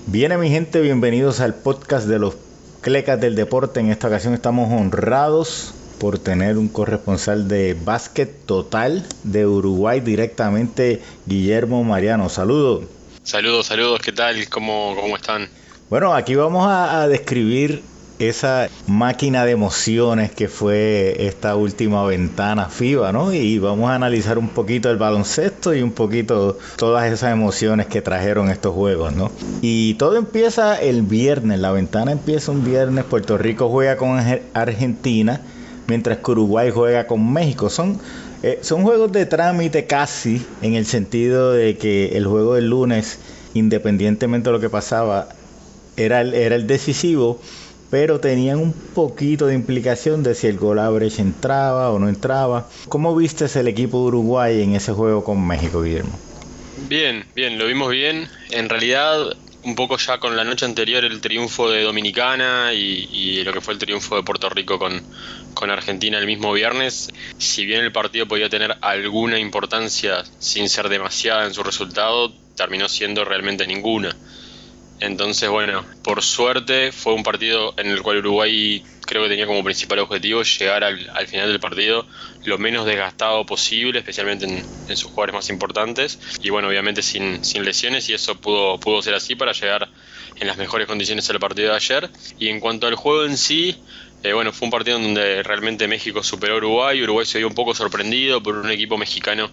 Bien, mi gente, bienvenidos al podcast de los Clecas del Deporte. En esta ocasión estamos honrados por tener un corresponsal de básquet total de Uruguay directamente, Guillermo Mariano. Saludos. Saludos, ¿qué tal? ¿Cómo están? Bueno, aquí vamos a describir esa máquina de emociones que fue esta última ventana FIBA, ¿no? Y vamos a analizar un poquito el baloncesto y un poquito todas esas emociones que trajeron estos juegos, ¿no? Y todo empieza el viernes, la ventana empieza un viernes, Puerto Rico juega con Argentina, mientras que Uruguay juega con México. Son juegos de trámite casi, en el sentido de que el juego del lunes, independientemente de lo que pasaba, era el decisivo, pero tenían un poquito de implicación de si el goal average entraba o no entraba. ¿Cómo viste el equipo de Uruguay en ese juego con México, Guillermo? Bien, lo vimos bien. En realidad, un poco ya con la noche anterior, el triunfo de Dominicana y lo que fue el triunfo de Puerto Rico con Argentina el mismo viernes, si bien el partido podía tener alguna importancia sin ser demasiada en su resultado, terminó siendo realmente ninguna. Entonces, bueno, por suerte fue un partido en el cual Uruguay creo que tenía como principal objetivo llegar al final del partido lo menos desgastado posible, especialmente en sus jugadores más importantes. Y bueno, obviamente sin lesiones, y eso pudo ser así para llegar en las mejores condiciones al partido de ayer. Y en cuanto al juego en sí, bueno, fue un partido en donde realmente México superó a Uruguay. Uruguay se vio un poco sorprendido por un equipo mexicano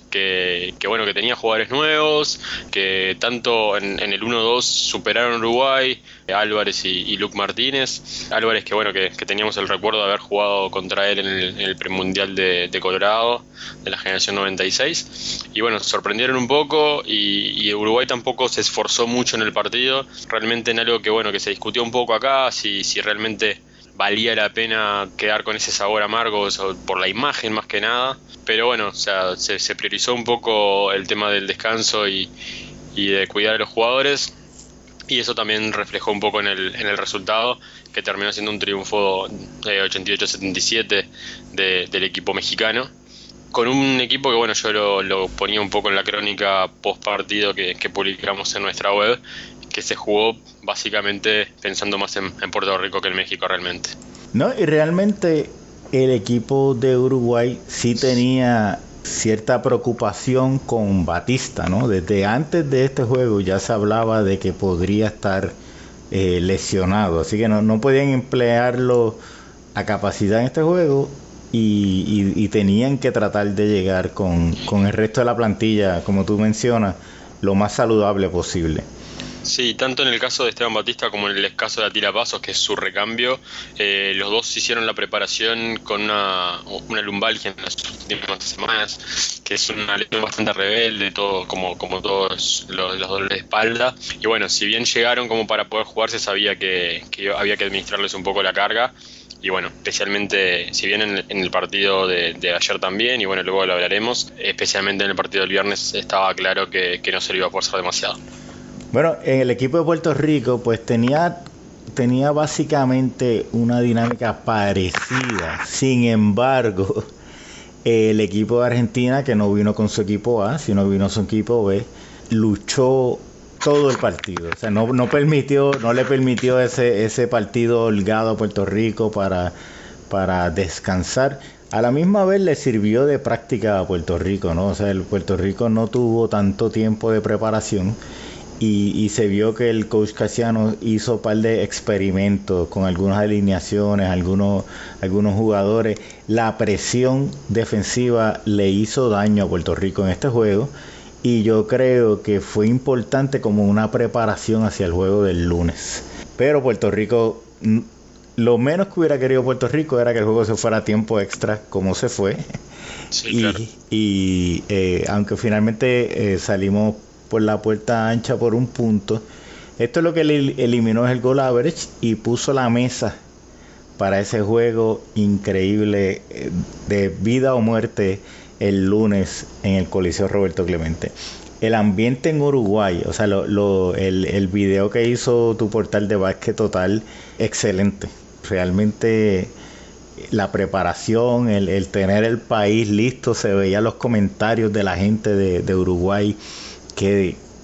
que tenía jugadores nuevos, que tanto en el 1-2 superaron a Uruguay, Álvarez y Luc Martínez. Álvarez que teníamos el recuerdo de haber jugado contra él en el premundial de Colorado, de la generación 96. Y bueno, sorprendieron un poco y Uruguay tampoco se esforzó mucho en el partido, realmente en algo que se discutió un poco acá, si realmente valía la pena quedar con ese sabor amargo por la imagen más que nada. Pero bueno, o sea, se priorizó un poco el tema del descanso y de cuidar a los jugadores, y eso también reflejó un poco en el resultado, que terminó siendo un triunfo de 88-77 del equipo mexicano, con un equipo que bueno, yo lo ponía un poco en la crónica post partido que publicamos en nuestra web, que se jugó básicamente pensando más en Puerto Rico que en México realmente. No, y realmente el equipo de Uruguay sí tenía cierta preocupación con Batista, ¿no? Desde antes de este juego ya se hablaba de que podría estar lesionado, así que no podían emplearlo a capacidad en este juego y tenían que tratar de llegar con el resto de la plantilla, como tú mencionas, lo más saludable posible. Sí, tanto en el caso de Esteban Batista como en el caso de Atila Pasos, que es su recambio, los dos hicieron la preparación con una lumbalgia en las últimas semanas, que es una lesión bastante rebelde, todo como todos los dolores de espalda. Y bueno, si bien llegaron como para poder jugar, se sabía que había que administrarles un poco la carga. Y bueno, especialmente, si bien en el partido de ayer también, y bueno, luego lo hablaremos, especialmente en el partido del viernes estaba claro que no se lo iba a forzar demasiado. Bueno, en el equipo de Puerto Rico pues tenía básicamente una dinámica parecida. Sin embargo, el equipo de Argentina, que no vino con su equipo A, sino vino su equipo B, luchó todo el partido. O sea, no le permitió ese partido holgado a Puerto Rico para descansar. A la misma vez le sirvió de práctica a Puerto Rico, ¿no? O sea, el Puerto Rico no tuvo tanto tiempo de preparación. Y se vio que el coach Casiano hizo un par de experimentos con algunas alineaciones, algunos jugadores. La presión defensiva le hizo daño a Puerto Rico en este juego, y yo creo que fue importante como una preparación hacia el juego del lunes. Pero Puerto Rico, lo menos que hubiera querido Puerto Rico era que el juego se fuera a tiempo extra, como se fue. Sí, claro. Y aunque finalmente salimos por la puerta ancha por un punto, esto es lo que eliminó el goal average y puso la mesa para ese juego increíble de vida o muerte el lunes en el Coliseo Roberto Clemente. El ambiente en Uruguay, o sea, el video que hizo tu portal de Básquet Total, excelente. Realmente la preparación, el tener el país listo, se veían los comentarios de la gente de Uruguay, que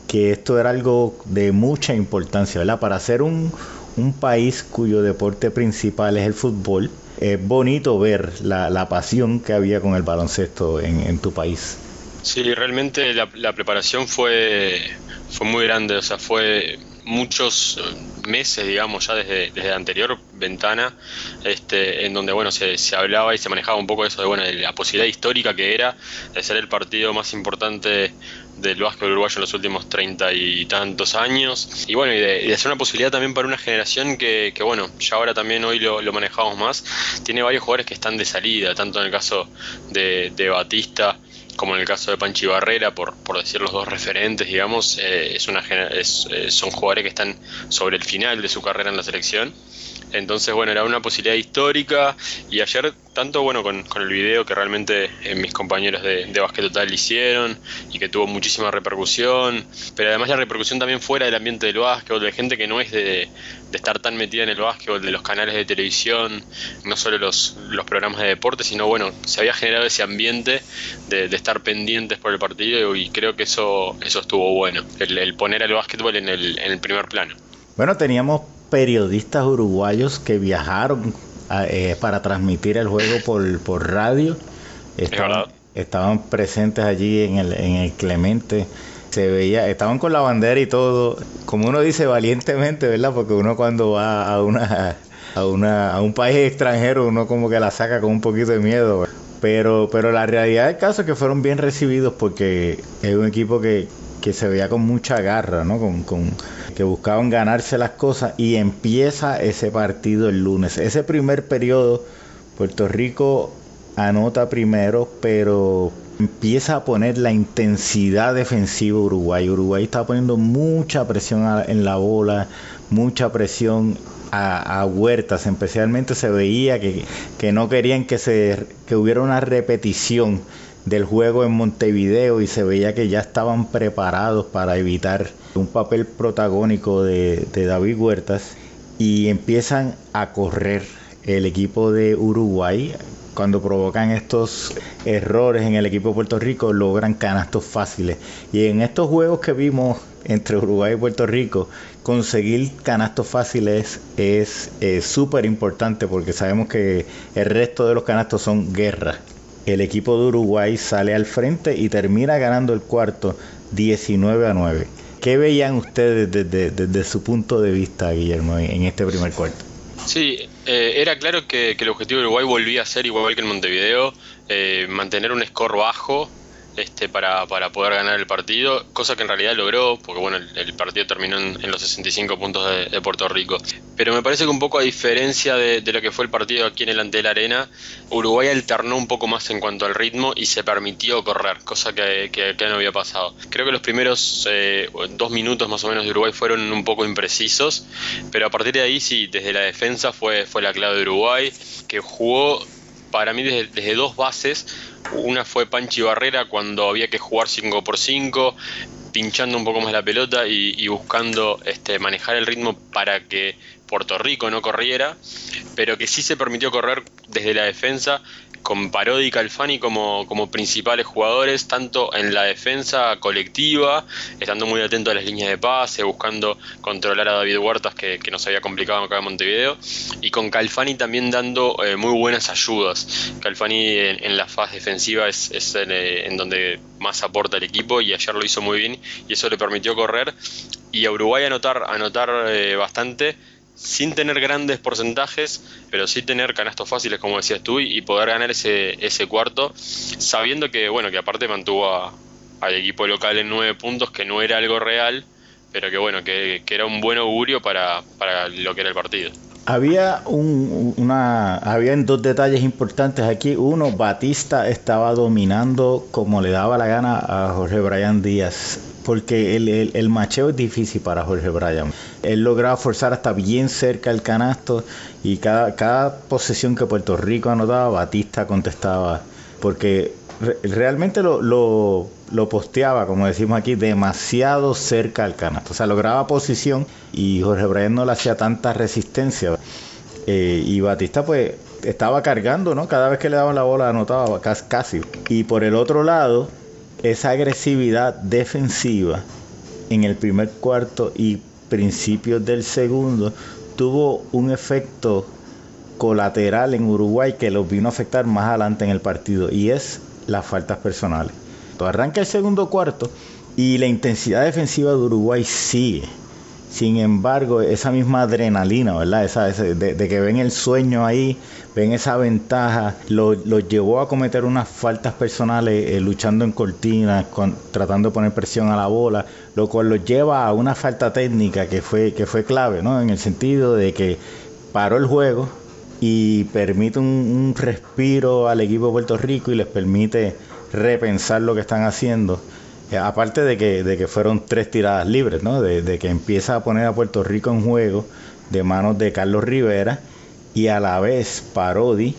que esto era algo de mucha importancia, ¿verdad? Para ser un país cuyo deporte principal es el fútbol, es bonito ver la pasión que había con el baloncesto en tu país. Sí, realmente la preparación fue muy grande, o sea, fue muchos meses, digamos, ya desde la anterior ventana, en donde, bueno, se hablaba y se manejaba un poco eso de, bueno, de la posibilidad histórica que era de ser el partido más importante del básquet uruguayo en los últimos 30 y tantos años, y bueno, y de ser una posibilidad también para una generación que bueno, ya ahora también hoy lo manejamos más, tiene varios jugadores que están de salida, tanto en el caso de Batista como en el caso de Panchi Barrera, por decir los dos referentes, digamos, son jugadores que están sobre el final de su carrera en la selección. Entonces, bueno, era una posibilidad histórica, y ayer, tanto bueno con el video que realmente mis compañeros de Básquet Total hicieron y que tuvo muchísima repercusión, pero además la repercusión también fuera del ambiente del básquetbol, de gente que no es de estar tan metida en el básquetbol, de los canales de televisión, no solo los programas de deporte, sino bueno, se había generado ese ambiente de estar pendientes por el partido, y creo que eso estuvo bueno, el poner al básquetbol en el primer plano. Bueno, teníamos periodistas uruguayos que viajaron para transmitir el juego por radio. Estaban presentes allí en el Clemente. Se veía, estaban con la bandera y todo, como uno dice, valientemente, ¿verdad? Porque uno cuando va a un país extranjero, uno como que la saca con un poquito de miedo. Pero la realidad del caso es que fueron bien recibidos, porque es un equipo que se veía con mucha garra, ¿no? Que buscaban ganarse las cosas, y empieza ese partido el lunes. Ese primer periodo, Puerto Rico anota primero, pero empieza a poner la intensidad defensiva Uruguay. Uruguay está poniendo mucha presión en la bola, mucha presión a Huertas, especialmente se veía que no querían que hubiera una repetición del juego en Montevideo, y se veía que ya estaban preparados para evitar un papel protagónico de David Huertas, y empiezan a correr el equipo de Uruguay. Cuando provocan estos errores en el equipo de Puerto Rico, logran canastos fáciles, y en estos juegos que vimos entre Uruguay y Puerto Rico, conseguir canastos fáciles es súper importante, porque sabemos que el resto de los canastos son guerra. El equipo de Uruguay sale al frente y termina ganando el cuarto 19-9. ¿Qué veían ustedes desde su punto de vista, Guillermo, en este primer cuarto? Sí, era claro que el objetivo de Uruguay volvía a ser igual que en Montevideo, mantener un score bajo para poder ganar el partido, cosa que en realidad logró, porque bueno, el partido terminó en los 65 puntos de Puerto Rico. Pero me parece que un poco a diferencia de lo que fue el partido aquí en el Antel Arena, Uruguay alternó un poco más en cuanto al ritmo y se permitió correr, cosa que no había pasado. Creo que los primeros 2 minutos más o menos de Uruguay fueron un poco imprecisos, pero a partir de ahí sí, desde la defensa fue la clave de Uruguay, que jugó para mí desde dos bases. Una fue Panchi Barrera cuando había que jugar 5x5, pinchando un poco más la pelota y buscando manejar el ritmo para que Puerto Rico no corriera, pero que sí se permitió correr desde la defensa, con Parodi y Calfani como principales jugadores, tanto en la defensa colectiva, estando muy atento a las líneas de pase, buscando controlar a David Huertas, que nos había complicado acá en Montevideo, y con Calfani también dando muy buenas ayudas. Calfani en la fase defensiva es en donde más aporta el equipo, y ayer lo hizo muy bien, y eso le permitió correr, y a Uruguay anotar bastante, sin tener grandes porcentajes, pero sí tener canastos fáciles, como decías tú, y poder ganar ese cuarto, sabiendo que bueno, que aparte mantuvo al equipo local en 9 puntos, que no era algo real, pero que bueno, que era un buen augurio para lo que era el partido. Habían dos detalles importantes aquí. Uno, Batista estaba dominando como le daba la gana a Jorge Brian Díaz, porque el macheo es difícil para Jorge Brian. Él lograba forzar hasta bien cerca el canasto, y cada posesión que Puerto Rico anotaba, Batista contestaba, porque realmente lo posteaba, como decimos aquí, demasiado cerca al canasto. O sea, lograba posición y Jorge Brian no le hacía tanta resistencia. Y Batista pues estaba cargando, ¿no? Cada vez que le daban la bola anotaba casi. Y por el otro lado, esa agresividad defensiva en el primer cuarto y principios del segundo tuvo un efecto colateral en Uruguay que los vino a afectar más adelante en el partido, y es las faltas personales. Arranca el segundo cuarto y la intensidad defensiva de Uruguay sigue. Sin embargo, esa misma adrenalina, ¿verdad? De que ven el sueño ahí, ven esa ventaja, los llevó a cometer unas faltas personales, luchando en cortinas, tratando de poner presión a la bola, lo cual los lleva a una falta técnica que fue clave, ¿no? En el sentido de que paró el juego y permite un respiro al equipo de Puerto Rico y les permite repensar lo que están haciendo. Aparte de que fueron 3 tiradas libres, ¿no? De que empieza a poner a Puerto Rico en juego de manos de Carlos Rivera, y a la vez Parodi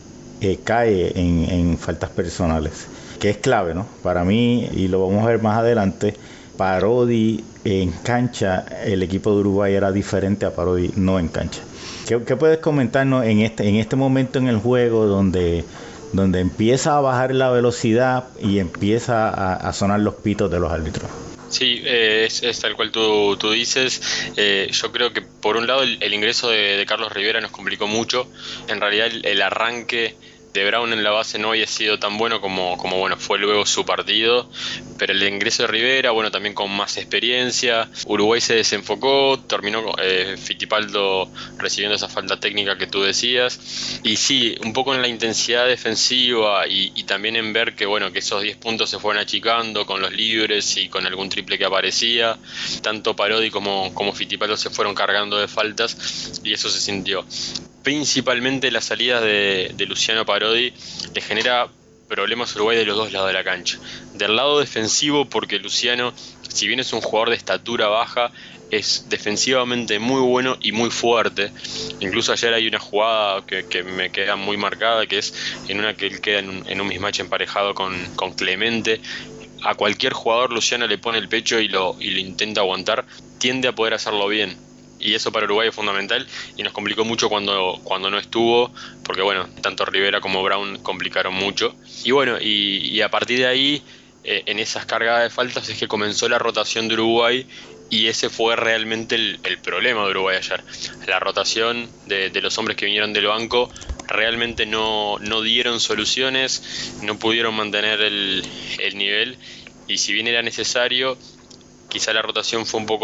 cae en faltas personales, que es clave, ¿no? Para mí, y lo vamos a ver más adelante, Parodi en cancha, el equipo de Uruguay era diferente a Parodi no en cancha. ¿Qué puedes comentarnos en este momento en el juego donde empieza a bajar la velocidad y empieza a sonar los pitos de los árbitros? Sí, es tal cual tú dices. Yo creo que por un lado el ingreso de Carlos Rivera nos complicó mucho. En realidad el arranque de Brown en la base no había sido tan bueno como bueno, fue luego su partido, pero el ingreso de Rivera, bueno, también con más experiencia, Uruguay se desenfocó, terminó Fittipaldo recibiendo esa falta técnica que tú decías, y sí, un poco en la intensidad defensiva y también en ver que bueno, que esos 10 puntos se fueron achicando con los libres y con algún triple que aparecía, tanto Parodi como Fittipaldo se fueron cargando de faltas y eso se sintió. Principalmente las salidas de Luciano Parodi le genera problemas a Uruguay de los dos lados de la cancha. Del lado defensivo, porque Luciano, si bien es un jugador de estatura baja, es defensivamente muy bueno y muy fuerte. Incluso ayer hay una jugada que me queda muy marcada, que es en una que él queda en un mismatch emparejado con Clemente. A cualquier jugador Luciano le pone el pecho y lo intenta aguantar, tiende a poder hacerlo bien. Y eso para Uruguay es fundamental y nos complicó mucho cuando no estuvo, porque bueno, tanto Rivera como Brown complicaron mucho. Y bueno, y a partir de ahí, en esas cargadas de faltas es que comenzó la rotación de Uruguay y ese fue realmente el problema de Uruguay ayer. La rotación de los hombres que vinieron del banco realmente no dieron soluciones, no pudieron mantener el nivel, y si bien era necesario, quizá la rotación fue un poco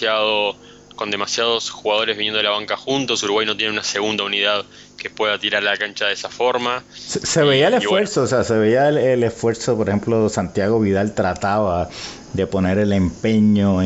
con demasiados jugadores viniendo de la banca juntos. Uruguay no tiene una segunda unidad que pueda tirar la cancha de esa forma. Se veía el esfuerzo, bueno, se veía el esfuerzo, por ejemplo, Santiago Vidal trataba de poner el empeño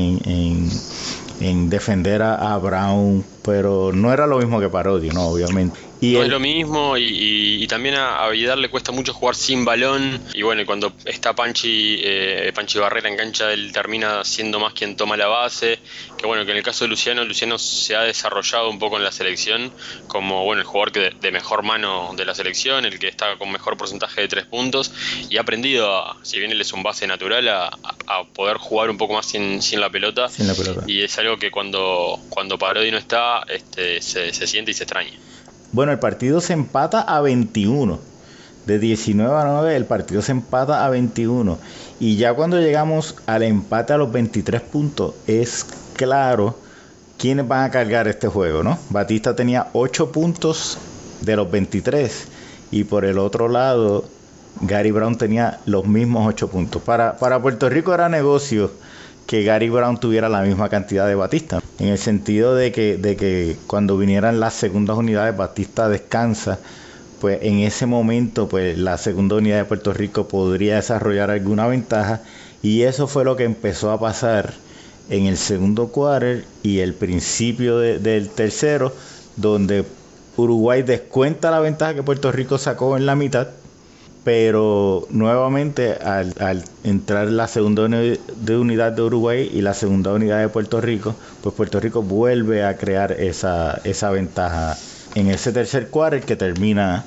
en defender a Brown, pero no era lo mismo que Parodi, ¿no? Obviamente. No es lo mismo, y también a Vidal le cuesta mucho jugar sin balón, y bueno, y cuando está Panchi Barrera en cancha, él termina siendo más quien toma la base, que bueno, que en el caso de Luciano se ha desarrollado un poco en la selección como bueno, el jugador de mejor mano de la selección, el que está con mejor porcentaje de 3 puntos, y ha aprendido, si bien él es un base natural, a poder jugar un poco más sin la pelota, y es algo que cuando Parodi no está, se siente y se extraña. Bueno, el partido se empata a 21. De 19-9 el partido se empata a 21. Y ya cuando llegamos al empate a los 23 puntos, es claro quiénes van a cargar este juego, ¿no? Batista tenía 8 puntos de los 23. Y por el otro lado, Gary Brown tenía los mismos 8 puntos. Para Puerto Rico era negocio que Gary Brown tuviera la misma cantidad de Batista, en el sentido de que cuando vinieran las segundas unidades, Batista descansa, pues en ese momento pues la segunda unidad de Puerto Rico podría desarrollar alguna ventaja, y eso fue lo que empezó a pasar en el segundo quarter y el principio del tercero, donde Uruguay descuenta la ventaja que Puerto Rico sacó en la mitad, pero nuevamente al entrar la segunda unidad de Uruguay y la segunda unidad de Puerto Rico, pues Puerto Rico vuelve a crear esa ventaja en ese tercer quarter que termina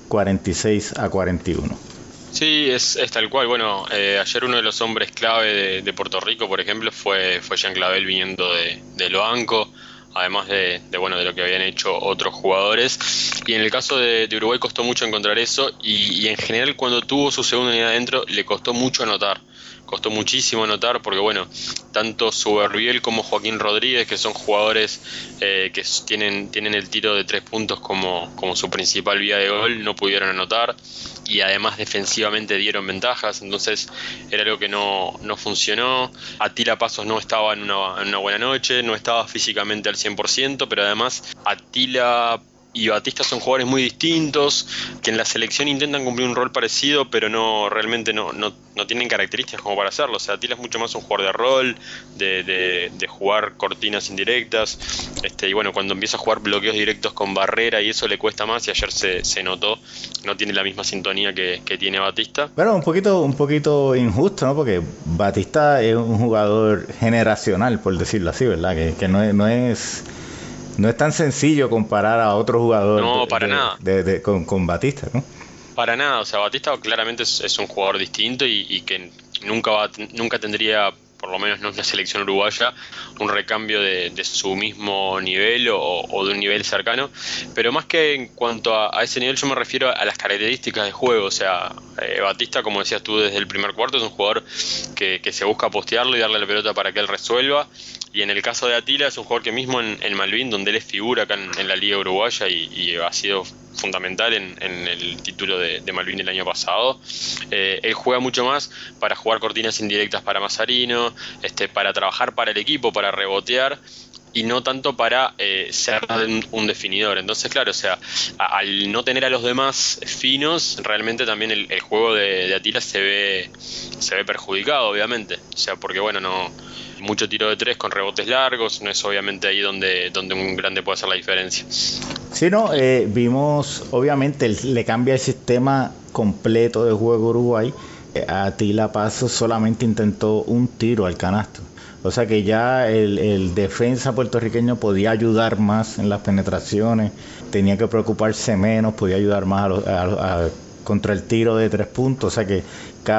46-41. Sí, es tal cual. Bueno, ayer uno de los hombres clave de Puerto Rico, por ejemplo, fue Jean Clavel viniendo del banco, además de lo que habían hecho otros jugadores. Y en el caso de Uruguay costó mucho encontrar eso, y en general cuando tuvo su segunda unidad adentro le costó mucho anotar. costó muchísimo anotar porque bueno, tanto Suberbiel como Joaquín Rodríguez, que son jugadores que tienen el tiro de 3 puntos como su principal vía de gol, no pudieron anotar y además defensivamente dieron ventajas, entonces era algo que no funcionó. Atila Pasos no estaba en una buena noche, no estaba físicamente al 100%, pero además Atila y Batista son jugadores muy distintos, que en la selección intentan cumplir un rol parecido, pero realmente no tienen características como para hacerlo. O sea, Atila es mucho más un jugador de rol, de jugar cortinas indirectas, y bueno, cuando empieza a jugar bloqueos directos con barrera y eso le cuesta más, y ayer se notó, no tiene la misma sintonía que tiene Batista. Bueno, un poquito injusto, ¿no? Porque Batista es un jugador generacional, por decirlo así, ¿verdad? Que no es tan sencillo comparar a otro jugador no, para nada. Con Batista, ¿no? Para nada, o sea, Batista claramente es un jugador distinto y que nunca tendría, por lo menos no en la selección uruguaya, un recambio de su mismo nivel o de un nivel cercano, pero más que en cuanto a ese nivel yo me refiero a las características de juego. O sea, Batista, como decías tú desde el primer cuarto, es un jugador que se busca postearlo y darle la pelota para que él resuelva, y en el caso de Atila es un jugador que mismo en Malvin, donde él es figura acá en la liga uruguaya y ha sido fundamental en el título de Malvin el año pasado, él juega mucho más para jugar cortinas indirectas para Mazarino, para trabajar para el equipo, para rebotear, y no tanto para ser un definidor. Entonces, claro, o sea, al no tener a los demás finos, realmente también el juego de Atila se ve perjudicado, obviamente. O sea, porque bueno, mucho tiro de tres con rebotes largos, no es obviamente ahí donde un grande puede hacer la diferencia. Sí, no, vimos, obviamente, le cambia el sistema completo de juego Uruguay. Atila Pasos solamente intentó un tiro al canasto. O sea que ya el defensa puertorriqueño podía ayudar más en las penetraciones, tenía que preocuparse menos, podía ayudar más contra el tiro de 3 puntos. O sea que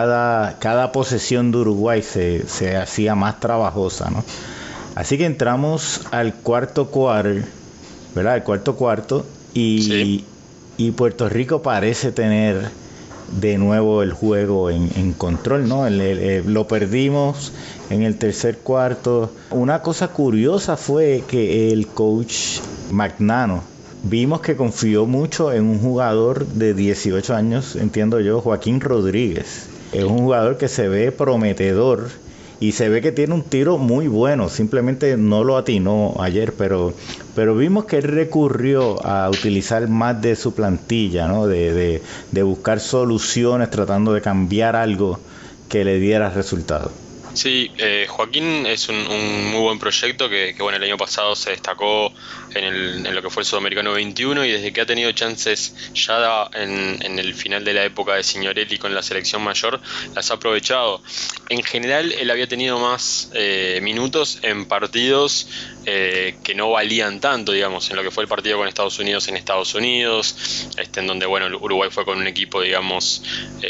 cada posesión de Uruguay se hacía más trabajosa, ¿no? Así que entramos al cuarto quarter, ¿verdad? El cuarto cuarto, y Puerto Rico parece tener de nuevo el juego en control, ¿no? Lo perdimos en el tercer cuarto. Una cosa curiosa fue que el coach Magnano, vimos que confió mucho en un jugador de 18 años, entiendo yo, Joaquín Rodríguez. Es un jugador que se ve prometedor y se ve que tiene un tiro muy bueno, simplemente no lo atinó ayer, pero vimos que él recurrió a utilizar más de su plantilla, ¿no? De buscar soluciones, tratando de cambiar algo que le diera resultado. Sí, Joaquín es un muy buen proyecto que bueno, el año pasado se destacó en lo que fue el Sudamericano 21, y desde que ha tenido chances ya en el final de la época de Signorelli con la selección mayor, las ha aprovechado. En general él había tenido más minutos en partidos que no valían tanto, digamos, en lo que fue el partido con Estados Unidos en Estados Unidos, en donde bueno, Uruguay fue con un equipo, digamos,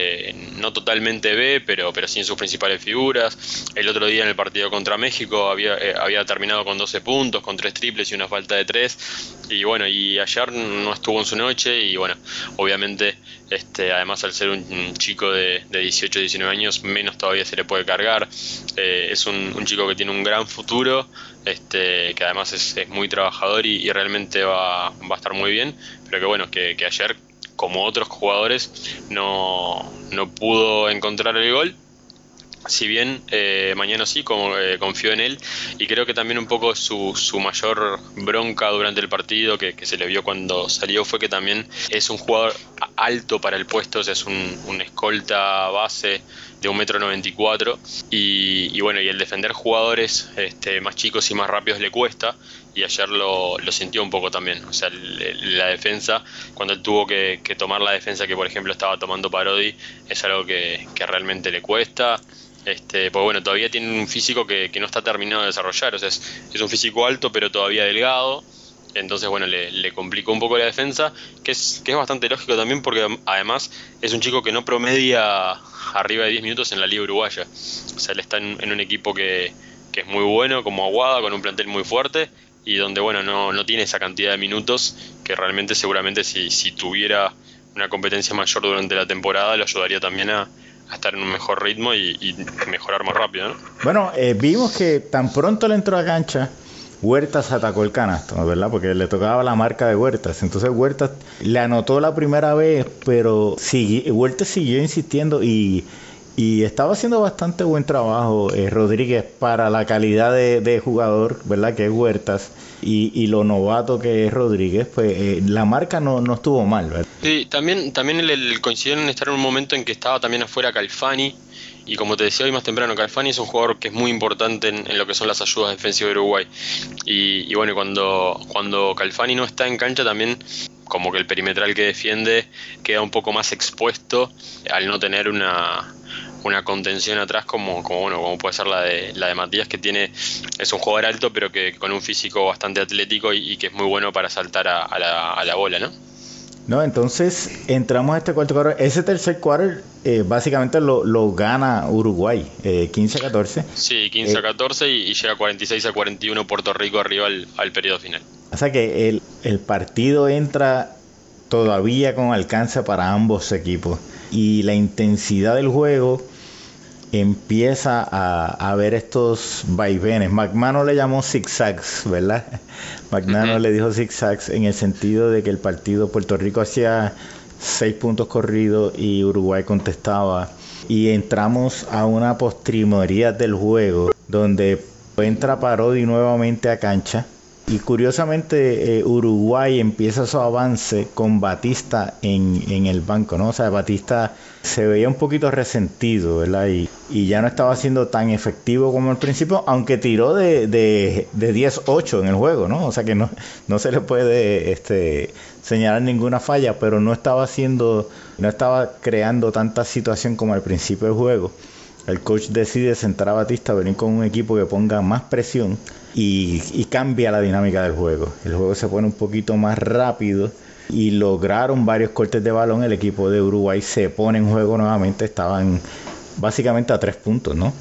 no totalmente B, pero sin sus principales figuras. El otro día en el partido contra México había terminado con 12 puntos, con 3 triples y una falta de 3, y bueno, y ayer no estuvo en su noche, y bueno, obviamente además al ser un chico de 18, 19 años, menos todavía se le puede cargar. Es un chico que tiene un gran futuro, que además es muy trabajador y realmente va a estar muy bien, pero que bueno, que ayer, como otros jugadores, no pudo encontrar el gol. Si bien Mañana sí, confió en él, y creo que también un poco su mayor bronca durante el partido que se le vio cuando salió fue que también es un jugador alto para el puesto, o sea, es un escolta base de 1,94 m, y bueno, y el defender jugadores más chicos y más rápidos le cuesta, y ayer lo sintió un poco también. O sea, la defensa, cuando él tuvo que tomar la defensa que por ejemplo estaba tomando Parodi, es algo que realmente le cuesta. Pues bueno, todavía tiene un físico que no está terminado de desarrollar, o sea, es un físico alto pero todavía delgado, entonces bueno, le complicó un poco la defensa, que es bastante lógico también, porque además es un chico que no promedia arriba de 10 minutos en la liga uruguaya. O sea, él está en un equipo que es muy bueno, como Aguada, con un plantel muy fuerte, y donde bueno, no tiene esa cantidad de minutos que realmente seguramente si tuviera una competencia mayor durante la temporada, lo ayudaría también a a estar en un mejor ritmo y mejorar más rápido, ¿no? Bueno, vimos que tan pronto le entró a cancha, Huertas atacó el canasto, ¿verdad? Porque le tocaba la marca de Huertas. Entonces Huertas le anotó la primera vez, pero Huertas siguió insistiendo y estaba haciendo bastante buen trabajo Rodríguez para la calidad de jugador, ¿verdad? Que es Huertas y lo novato que es Rodríguez, pues la marca no estuvo mal, ¿verdad? Sí, también él coincidió en estar en un momento en que estaba también afuera Calfani. Y como te decía hoy más temprano, Calfani es un jugador que es muy importante en lo que son las ayudas defensivas de Uruguay. Y bueno, cuando Calfani no está en cancha también como que el perimetral que defiende queda un poco más expuesto al no tener una contención atrás como puede ser la de Matías, que es un jugador alto pero que con un físico bastante atlético y que es muy bueno para saltar a la bola, ¿no? No, entonces entramos a este cuarto quarter. Ese tercer quarter básicamente lo gana Uruguay, 15-14. Sí, 15-14 y llega 46-41 Puerto Rico arriba al periodo final. O sea que el partido entra todavía con alcance para ambos equipos. Y la intensidad del juego empieza a ver estos vaivenes. McMahon le llamó zigzags, ¿verdad? McMahon le dijo zigzags en el sentido de que el partido Puerto Rico hacía 6 puntos corridos y Uruguay contestaba. Y entramos a una postrimería del juego donde entra Parodi nuevamente a cancha. Y curiosamente Uruguay empieza su avance con Batista en el banco, ¿no? O sea, Batista se veía un poquito resentido, ¿verdad? Y ya no estaba siendo tan efectivo como al principio, aunque tiró de 10-8 en el juego, ¿no? O sea que no se le puede señalar ninguna falla, pero no estaba creando tanta situación como al principio del juego. El coach decide sentar a Batista, venir con un equipo que ponga más presión y cambia la dinámica del juego. El juego se pone un poquito más rápido y lograron varios cortes de balón. El equipo de Uruguay se pone en juego nuevamente. Estaban básicamente a 3 puntos, ¿no?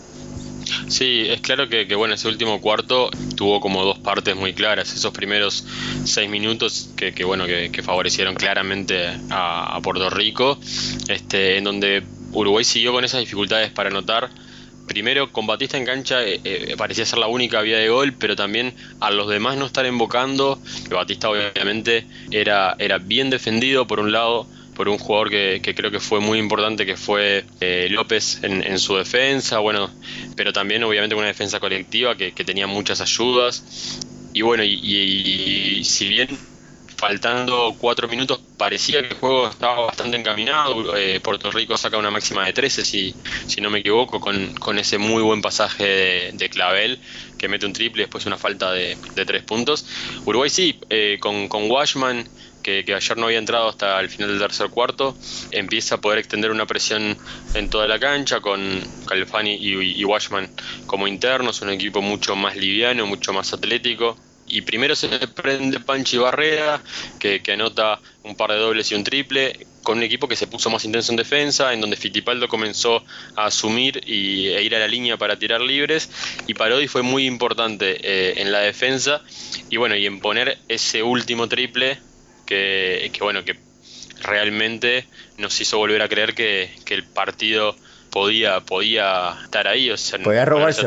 Sí, es claro que bueno, ese último cuarto tuvo como dos partes muy claras. Esos primeros 6 minutos que favorecieron claramente a Puerto Rico, en donde Uruguay siguió con esas dificultades para anotar. Primero, con Batista en cancha parecía ser la única vía de gol, pero también a los demás no estar invocando. Batista obviamente era bien defendido por un lado, por un jugador que creo que fue muy importante, que fue López en su defensa, bueno, pero también obviamente una defensa colectiva que tenía muchas ayudas. Y bueno, y si bien faltando 4 minutos parecía que el juego estaba bastante encaminado, Puerto Rico saca una máxima de 13 si no me equivoco, con ese muy buen pasaje de Clavel, que mete un triple y después una falta de 3 puntos. Uruguay sí, con Washman, que ayer no había entrado hasta el final del tercer cuarto, empieza a poder extender una presión en toda la cancha con Calfani y Washman como internos, un equipo mucho más liviano, mucho más atlético. Y primero se prende Panchi Barrera, que anota un par de dobles y un triple, con un equipo que se puso más intenso en defensa, en donde Fittipaldo comenzó a asumir e ir a la línea para tirar libres, y Parodi fue muy importante en la defensa, y bueno, y en poner ese último triple, que realmente nos hizo volver a creer que el partido podía estar ahí, o sea, podía robarse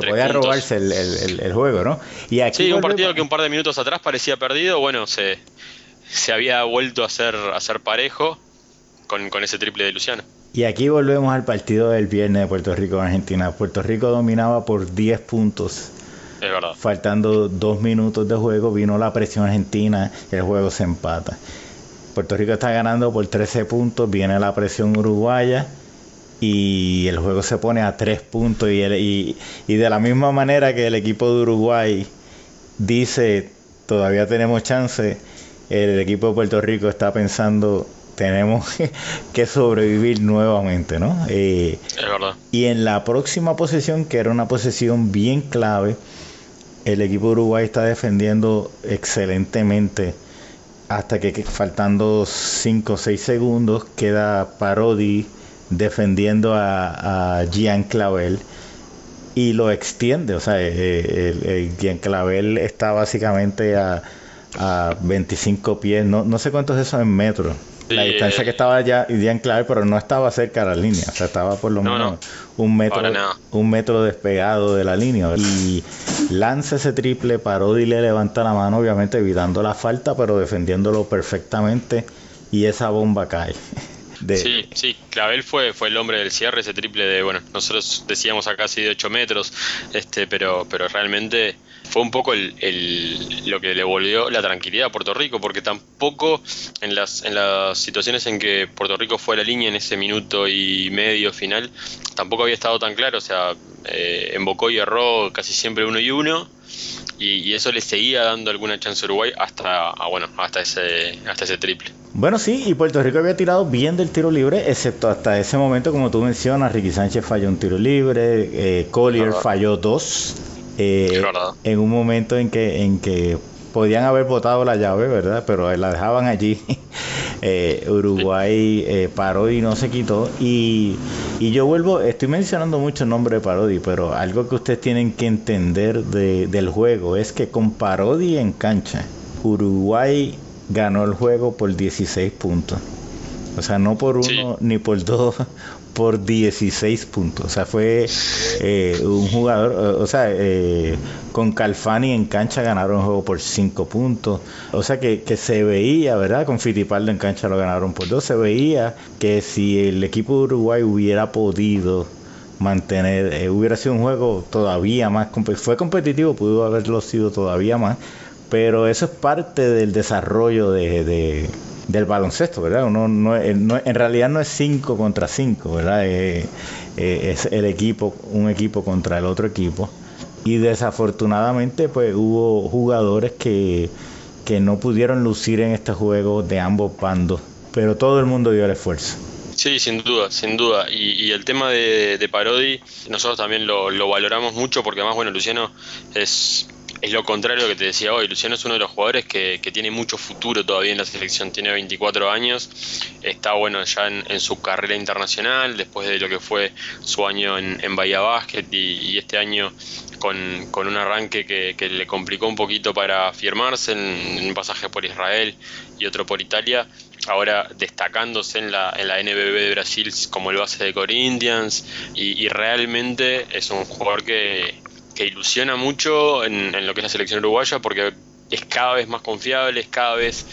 el juego, ¿no? Y aquí sí, un partido que un par de minutos atrás parecía perdido, bueno, se había vuelto a ser parejo con ese triple de Luciano. Y aquí volvemos al partido del viernes de Puerto Rico-Argentina. Puerto Rico dominaba por 10 puntos. Es verdad. Faltando 2 minutos de juego, vino la presión argentina y el juego se empata. Puerto Rico está ganando por 13 puntos, viene la presión uruguaya y el juego se pone a 3 puntos y de la misma manera que el equipo de Uruguay dice todavía tenemos chance, el equipo de Puerto Rico está pensando tenemos que sobrevivir nuevamente, ¿no? Es verdad. Y en la próxima posesión, que era una posesión bien clave, el equipo de Uruguay está defendiendo excelentemente hasta que faltando 5 o 6 segundos queda Parodi defendiendo a Gian Clavel y lo extiende, o sea, Gian Clavel está básicamente a 25 pies, no sé cuánto es eso en metros, La distancia que estaba ya en clave, pero no estaba cerca de la línea, o sea, estaba por lo menos un metro despegado de la línea. Y lanza ese triple, Parodi le levanta la mano, obviamente evitando la falta, pero defendiéndolo perfectamente, y esa bomba cae. Sí, Clavel fue el hombre del cierre, ese triple de, bueno, nosotros decíamos acá casi de 8 metros, pero realmente fue un poco lo que le volvió la tranquilidad a Puerto Rico, porque tampoco en las situaciones en que Puerto Rico fue a la línea en ese minuto y medio final, tampoco había estado tan claro, o sea, embocó y erró casi siempre 1-1. Y eso le seguía dando alguna chance a Uruguay hasta ese triple. Bueno, sí, y Puerto Rico había tirado bien del tiro libre, excepto hasta ese momento, como tú mencionas, Ricky Sánchez falló un tiro libre, Collier falló 2, en un momento en que podían haber botado la llave, ¿verdad? Pero la dejaban allí. Uruguay paró y no se quitó. Y yo estoy mencionando mucho el nombre de Parodi, pero algo que ustedes tienen que entender del juego es que con Parodi en cancha, Uruguay ganó el juego por 16 puntos. O sea, no por 1 ni por 2, por 16 puntos. O sea, fue un jugador, con Calfani en cancha ganaron el juego por 5 puntos. O sea, que se veía, ¿verdad? Con Fittipaldo en cancha lo ganaron por 2. Se veía que si el equipo de Uruguay hubiera podido mantener, hubiera sido un juego todavía más fue competitivo, pudo haberlo sido todavía más, pero eso es parte del desarrollo del baloncesto, ¿verdad? En realidad no es 5 contra 5, ¿verdad? Es un equipo contra el otro equipo, y desafortunadamente pues hubo jugadores que no pudieron lucir en este juego de ambos bandos, pero todo el mundo dio el esfuerzo. Sí, sin duda. Y el tema de Parodi, nosotros también lo valoramos mucho, porque además, bueno, Luciano es lo contrario a lo que te decía hoy. Luciano es uno de los jugadores que tiene mucho futuro todavía en la selección, tiene 24 años, está bueno ya en su carrera internacional, después de lo que fue su año en Bahía Basket y este año con un arranque que le complicó un poquito para firmarse en un pasaje por Israel y otro por Italia. Ahora destacándose en la NBB de Brasil como el base de Corinthians, y realmente es un jugador que ilusiona mucho en lo que es la selección uruguaya, porque es cada vez más confiable, es cada vez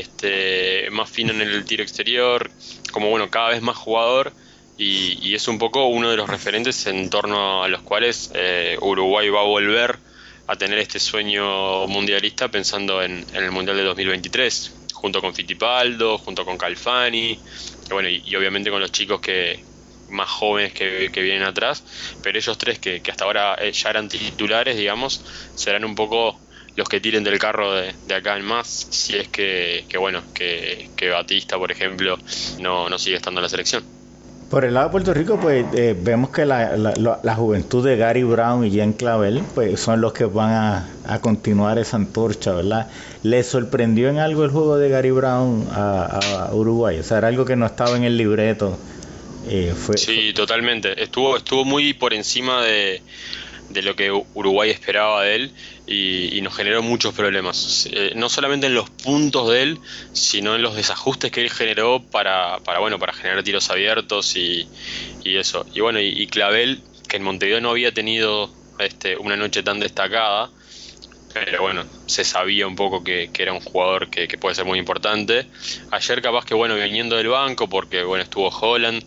más fino en el tiro exterior, como bueno, cada vez más jugador, y es un poco uno de los referentes en torno a los cuales Uruguay va a volver a tener este sueño mundialista, pensando en el Mundial de 2023, junto con Fittipaldo, junto con Calfani, y obviamente con los chicos más jóvenes que vienen atrás, pero ellos tres que hasta ahora ya eran titulares, digamos, serán un poco los que tiren del carro de acá en más, si es que Batista, por ejemplo, no sigue estando en la selección. Por el lado de Puerto Rico, pues vemos que la juventud de Gary Brown y Jean Clavel pues son los que van a continuar esa antorcha, ¿verdad? ¿Les sorprendió en algo el juego de Gary Brown a Uruguay? O sea, era algo que no estaba en el libreto. Sí, totalmente. Estuvo muy por encima de lo que Uruguay esperaba de él, y nos generó muchos problemas. No solamente en los puntos de él, sino en los desajustes que él generó para generar tiros abiertos y eso. Y Clavel, que en Montevideo no había tenido una noche tan destacada, pero bueno, se sabía un poco que era un jugador que puede ser muy importante. Ayer capaz que viniendo del banco, porque estuvo Holland,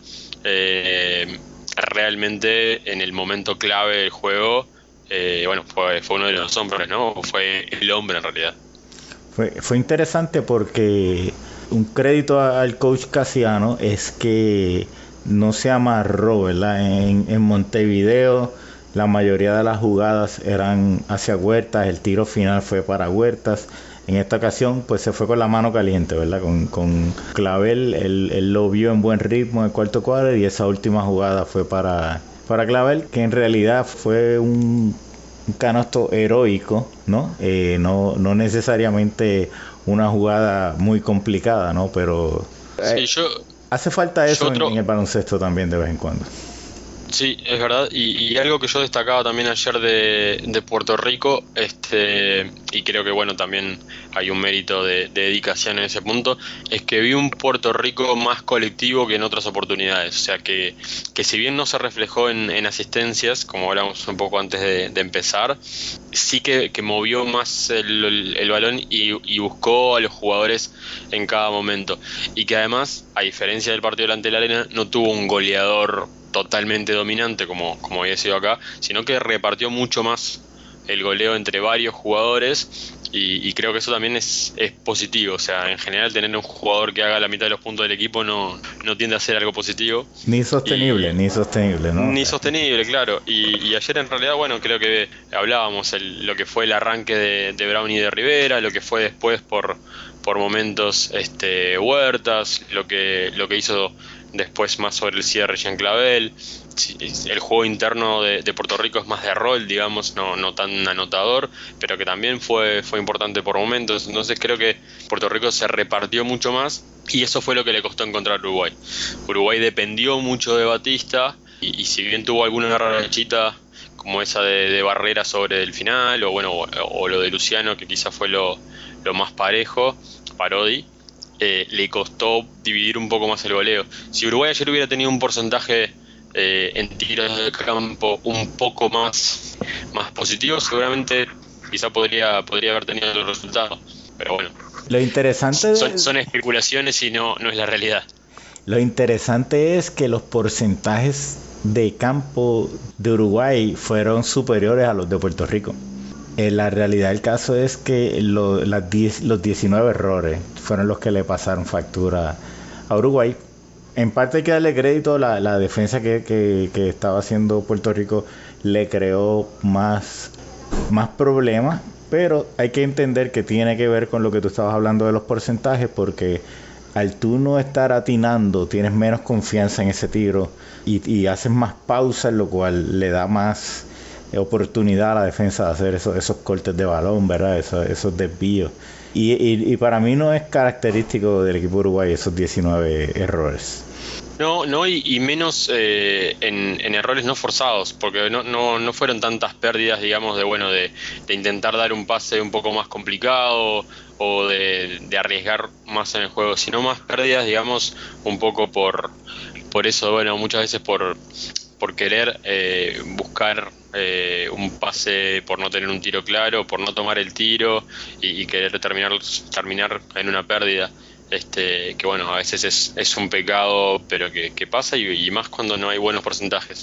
realmente en el momento clave del juego, fue uno de los hombres, ¿no? Fue el hombre en realidad. Fue interesante porque un crédito al coach Casiano es que no se amarró, ¿verdad? En Montevideo la mayoría de las jugadas eran hacia Huertas, el tiro final fue para Huertas. En esta ocasión pues se fue con la mano caliente, ¿verdad? Con Clavel, él lo vio en buen ritmo en el cuarto cuadro, y esa última jugada fue para Clavel, que en realidad fue un canasto heroico, ¿no? No necesariamente una jugada muy complicada, ¿no? Pero hace falta eso en el baloncesto también de vez en cuando. Sí, es verdad. Y algo que yo destacaba también ayer de Puerto Rico, y creo que bueno, también hay un mérito de dedicación en ese punto, es que vi un Puerto Rico más colectivo que en otras oportunidades. O sea que si bien no se reflejó en asistencias, como hablamos un poco antes de empezar, sí que movió más el balón y buscó a los jugadores en cada momento. Y que además, a diferencia del partido delante de la Arena, no tuvo un goleador totalmente dominante como había sido acá, sino que repartió mucho más el goleo entre varios jugadores y creo que eso también es positivo. O sea, en general tener un jugador que haga la mitad de los puntos del equipo no tiende a ser algo positivo. Ni sostenible, ¿no? O Ni sea, sostenible, claro. Y ayer en realidad, bueno, creo que hablábamos lo que fue el arranque de Brown y de Rivera, lo que fue después por momentos Huertas, lo que hizo después más sobre el cierre Jean Clavel. Sí, el juego interno de Puerto Rico es más de rol, digamos, no tan anotador, pero que también fue importante por momentos. Entonces creo que Puerto Rico se repartió mucho más y eso fue lo que le costó encontrar a Uruguay. Uruguay dependió mucho de Batista y si bien tuvo alguna rachita como esa de Barrera sobre el final, o bueno, o lo de Luciano, que quizás fue lo más parejo, Parodi, le costó dividir un poco más el goleo. Si Uruguay ayer hubiera tenido un porcentaje en tiros de campo un poco más positivo, seguramente quizá podría haber tenido el resultado. Pero bueno, lo interesante son especulaciones y no es la realidad. Lo interesante es que los porcentajes de campo de Uruguay fueron superiores a los de Puerto Rico. La realidad del caso es que los 19 errores fueron los que le pasaron factura a Uruguay. En parte hay que darle crédito, la defensa que estaba haciendo Puerto Rico le creó más problemas, pero hay que entender que tiene que ver con lo que tú estabas hablando de los porcentajes, porque al tú no estar atinando tienes menos confianza en ese tiro y haces más pausas, lo cual le da más oportunidad a la defensa de hacer esos cortes de balón, ¿verdad? Esos desvíos. Y para mí no es característico del equipo uruguayo esos 19 errores. No, y menos en errores no forzados, porque no fueron tantas pérdidas, digamos, de intentar dar un pase un poco más complicado o de arriesgar más en el juego, sino más pérdidas, digamos, un poco por eso, bueno, muchas veces por querer buscar un pase, por no tener un tiro claro, por no tomar el tiro y querer terminar en una pérdida. Que bueno, a veces es un pecado, pero que pasa y más cuando no hay buenos porcentajes,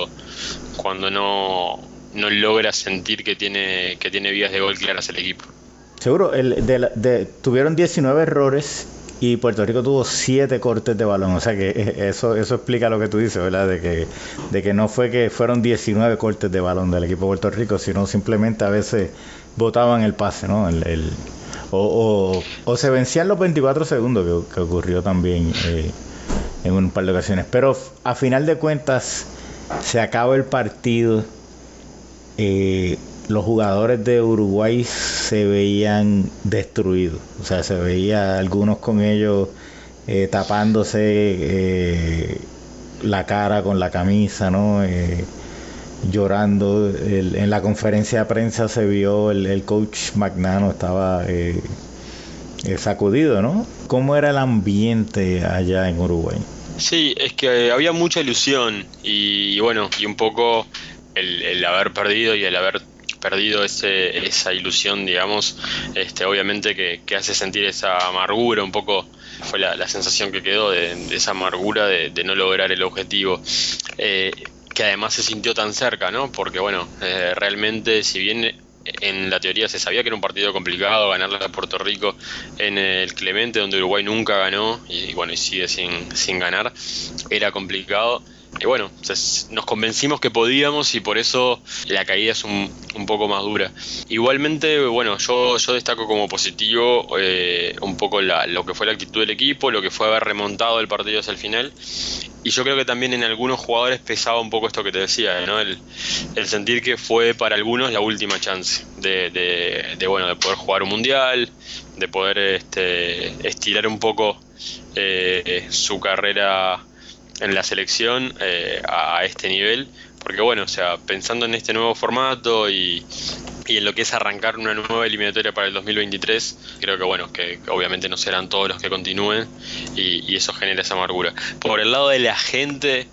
cuando no logra sentir que tiene vías de gol claras el equipo. Seguro, tuvieron 19 errores y Puerto Rico tuvo 7 cortes de balón, o sea que eso explica lo que tú dices, ¿verdad? De que no fue que fueron 19 cortes de balón del equipo de Puerto Rico, sino simplemente a veces botaban el pase, ¿no? O se vencían los 24 segundos, que ocurrió también en un par de ocasiones. Pero a final de cuentas se acaba el partido. Los jugadores de Uruguay se veían destruidos. O sea, se veía algunos con ellos tapándose la cara con la camisa, ¿no? Llorando. En la conferencia de prensa se vio el coach Magnano estaba sacudido, ¿no? ¿Cómo era el ambiente allá en Uruguay? Sí, es que había mucha ilusión y bueno, y un poco el haber perdido y el haber perdido esa ilusión, digamos, obviamente que hace sentir esa amargura, un poco fue la sensación que quedó de esa amargura de no lograr el objetivo. Que además se sintió tan cerca, ¿no? Porque bueno, realmente si bien en la teoría se sabía que era un partido complicado ganarle a Puerto Rico en el Clemente, donde Uruguay nunca ganó y bueno, y sigue sin ganar, era complicado. Y bueno, nos convencimos que podíamos y por eso la caída es un poco más dura. Igualmente, bueno, yo destaco como positivo un poco lo que fue la actitud del equipo, lo que fue haber remontado el partido hasta el final. Y yo creo que también en algunos jugadores pesaba un poco esto que te decía, ¿no? El sentir que fue para algunos la última chance de poder jugar un mundial, de poder estirar un poco su carrera en la selección a este nivel, porque bueno, o sea, pensando en este nuevo formato y en lo que es arrancar una nueva eliminatoria para el 2023, creo que bueno, que obviamente no serán todos los que continúen y eso genera esa amargura. Por el lado de la gente,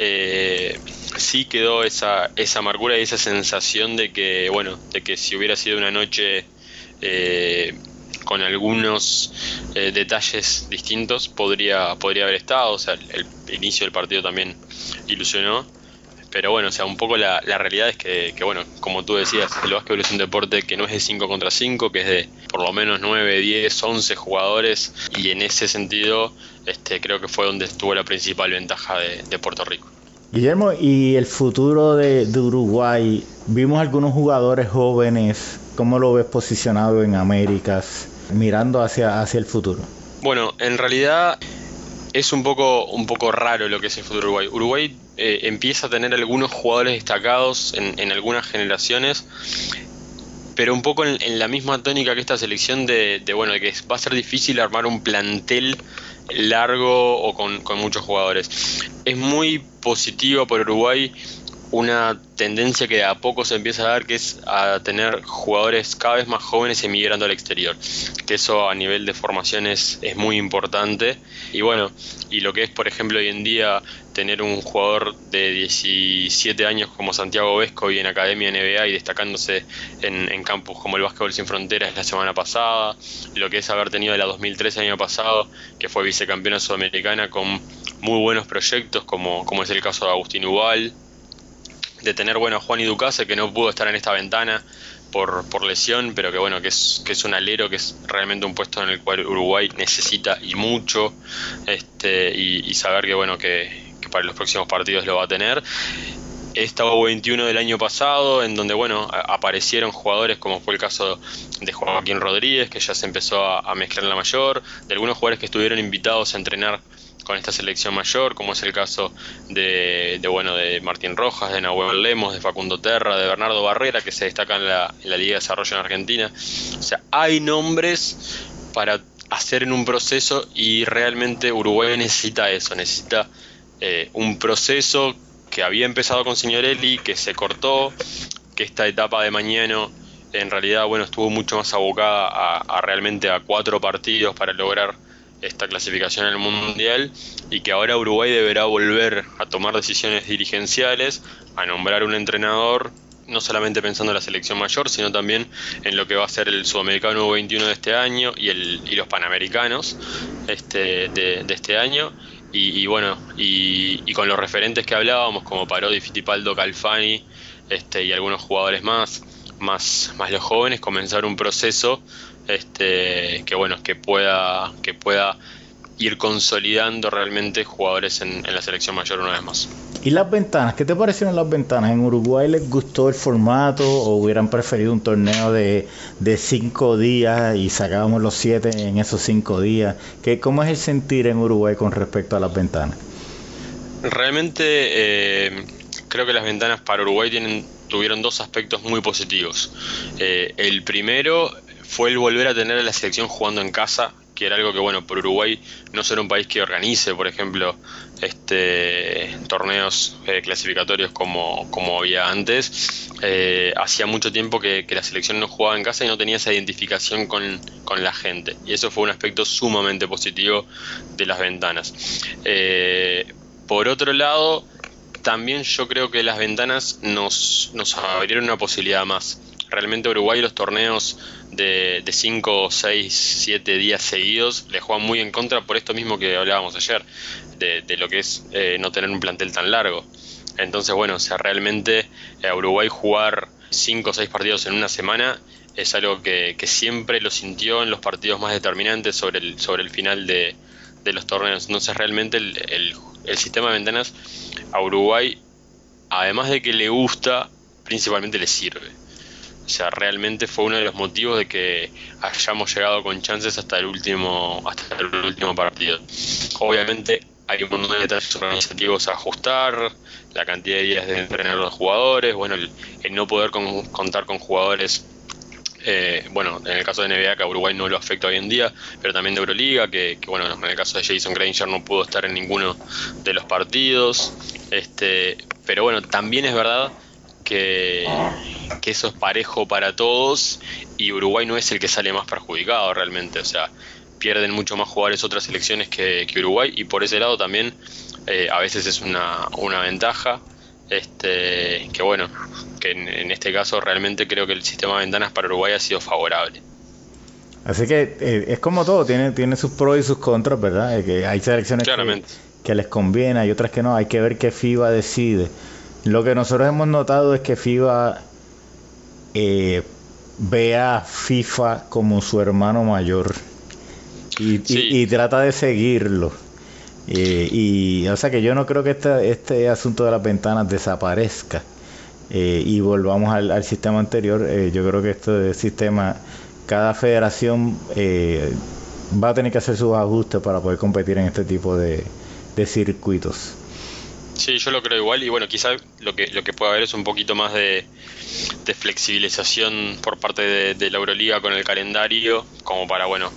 sí quedó esa amargura y esa sensación de que, bueno, de que si hubiera sido una noche con algunos detalles distintos, podría haber estado. O sea, el inicio del partido también ilusionó. Pero bueno, o sea, un poco la realidad es que, bueno, como tú decías, el básquetbol es un deporte que no es de 5 contra 5, que es de por lo menos 9, 10, 11 jugadores, y en ese sentido creo que fue donde estuvo la principal ventaja de Puerto Rico. Guillermo, ¿y el futuro de Uruguay? Vimos algunos jugadores jóvenes, ¿cómo lo ves posicionado en Américas, mirando hacia el futuro? Bueno, en realidad es un poco raro lo que es el futuro de Uruguay. Uruguay empieza a tener algunos jugadores destacados en algunas generaciones, pero un poco en la misma tónica que esta selección de bueno, de que va a ser difícil armar un plantel largo o con muchos jugadores. Es muy positivo por Uruguay una tendencia que de a poco se empieza a dar, que es a tener jugadores cada vez más jóvenes emigrando al exterior, que eso a nivel de formación es muy importante. Y bueno, y lo que es por ejemplo hoy en día tener un jugador de 17 años como Santiago Vesco y en Academia NBA y destacándose en campus como el Básquetbol Sin Fronteras la semana pasada, lo que es haber tenido la 2013 el año pasado, que fue vicecampeona sudamericana con muy buenos proyectos como es el caso de Agustín Ubal, de tener bueno a Juan Ducase, que no pudo estar en esta ventana por lesión, pero que bueno, que es un alero, que es realmente un puesto en el cual Uruguay necesita y mucho, y saber que bueno, que para los próximos partidos lo va a tener. Esta U21 del año pasado, en donde bueno, aparecieron jugadores como fue el caso de Joaquín Rodríguez, que ya se empezó a mezclar en la mayor, de algunos jugadores que estuvieron invitados a entrenar con esta selección mayor, como es el caso de Martín Rojas, de Nahuel Lemos, de Facundo Terra, de Bernardo Barrera, que se destacan en la Liga de Desarrollo en Argentina. O sea, hay nombres para hacer en un proceso y realmente Uruguay necesita eso, necesita un proceso que había empezado con Signorelli, que se cortó, que esta etapa de Mañano en realidad bueno estuvo mucho más abocada a realmente a 4 partidos para lograr esta clasificación al Mundial, y que ahora Uruguay deberá volver a tomar decisiones dirigenciales, a nombrar un entrenador, no solamente pensando en la selección mayor, sino también en lo que va a ser el Sudamericano U21 de este año y los Panamericanos de este año. Y bueno, y con los referentes que hablábamos, como Parodi, Fittipaldo, Calfani, y algunos jugadores más los jóvenes, comenzar un proceso que pueda ir consolidando realmente jugadores en la selección mayor una vez más. ¿Y las ventanas? ¿Qué te parecieron las ventanas? ¿En Uruguay les gustó el formato o hubieran preferido un torneo de 5 días y sacábamos los 7 en esos 5 días? ¿Cómo es el sentir en Uruguay con respecto a las ventanas? Realmente creo que las ventanas para Uruguay tuvieron 2 aspectos muy positivos. El primero fue el volver a tener a la selección jugando en casa, que era algo que bueno, por Uruguay no ser un país que organice, por ejemplo, torneos clasificatorios como había antes, hacía mucho tiempo que la selección no jugaba en casa y no tenía esa identificación con la gente, y eso fue un aspecto sumamente positivo de las ventanas. Por otro lado, también yo creo que las ventanas nos abrieron una posibilidad más. Realmente Uruguay los torneos de 5, 6, 7 días seguidos le juegan muy en contra por esto mismo que hablábamos ayer, de lo que es no tener un plantel tan largo. Entonces bueno, o sea, realmente a Uruguay jugar 5 o 6 partidos en una semana es algo que siempre lo sintió en los partidos más determinantes sobre el final de los torneos. Entonces realmente el sistema de ventanas a Uruguay, además de que le gusta, principalmente le sirve. O sea, realmente fue uno de los motivos de que hayamos llegado con chances hasta el último partido. Obviamente hay un montón de detalles organizativos a ajustar, la cantidad de días de entrenar a los jugadores, bueno, el no poder contar con jugadores bueno, en el caso de NBA, que a Uruguay no lo afecta hoy en día, pero también de Euroliga, que bueno, en el caso de Jason Granger no pudo estar en ninguno de los partidos. Pero bueno, también es verdad que eso es parejo para todos y Uruguay no es el que sale más perjudicado realmente. O sea, pierden mucho más jugadores otras selecciones que Uruguay, y por ese lado también a veces es una ventaja. Que bueno, que en este caso realmente creo que el sistema de ventanas para Uruguay ha sido favorable. Así que es como todo, tiene sus pros y sus contras, ¿verdad? Que hay selecciones que les conviene, hay otras que no, hay que ver qué FIBA decide. Lo que nosotros hemos notado es que FIBA ve a FIFA como su hermano mayor y trata de seguirlo. O sea que yo no creo que este asunto de las ventanas desaparezca y volvamos al sistema anterior. Yo creo que este sistema, cada federación va a tener que hacer sus ajustes para poder competir en este tipo de circuitos. Sí, yo lo creo igual, y bueno, quizá lo que puede haber es un poquito más de flexibilización por parte de la Euroliga con el calendario, como para, bueno,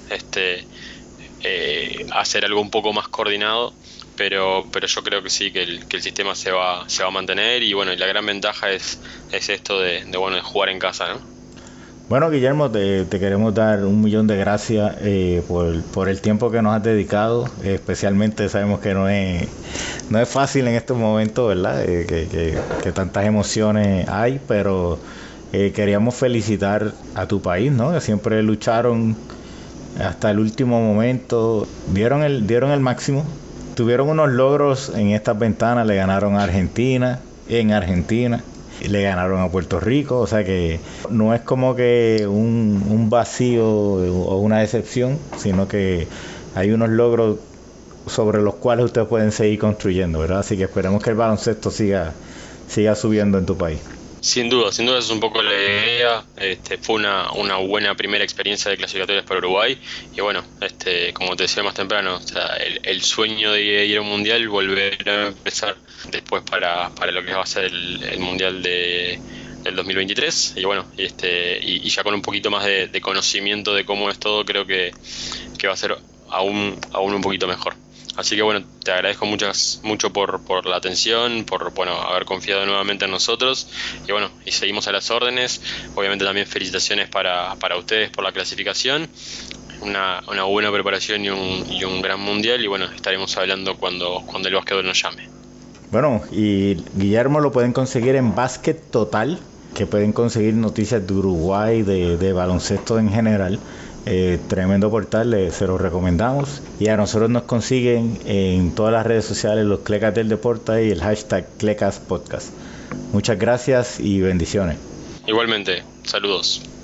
hacer algo un poco más coordinado, pero yo creo que sí, que el sistema se va a mantener, y bueno, y la gran ventaja es esto de jugar en casa, ¿no? Bueno, Guillermo, te queremos dar 1.000.000 de gracias por el tiempo que nos has dedicado. Especialmente sabemos que no es fácil en estos momentos, ¿verdad? Que tantas emociones hay, pero queríamos felicitar a tu país, ¿no? Que siempre lucharon hasta el último momento, dieron el máximo, tuvieron unos logros en estas ventanas, le ganaron a Argentina, le ganaron a Puerto Rico, o sea que no es como que un vacío o una decepción, sino que hay unos logros sobre los cuales ustedes pueden seguir construyendo, ¿verdad? Así que esperemos que el baloncesto siga subiendo en tu país. Sin duda, esa es un poco la idea. Fue una buena primera experiencia de clasificatorias para Uruguay, y bueno, como te decía más temprano, o sea, el sueño de ir a un mundial, volver a empezar después para lo que va a ser el mundial del 2023, y bueno, y ya con un poquito más de conocimiento de cómo es todo, creo que va a ser aún un poquito mejor. Así que bueno, te agradezco mucho por la atención, por haber confiado nuevamente en nosotros, y bueno, y seguimos a las órdenes. Obviamente también felicitaciones para ustedes por la clasificación, una buena preparación y un gran mundial, y bueno, estaremos hablando cuando el básquetbol nos llame. Bueno, y Guillermo lo pueden conseguir en Básquet Total, que pueden conseguir noticias de Uruguay, de baloncesto en general. Tremendo portal, se lo recomendamos. Y a nosotros nos consiguen en todas las redes sociales los Clecas del Deporte y el hashtag Clecas Podcast. Muchas gracias y bendiciones. Igualmente, saludos.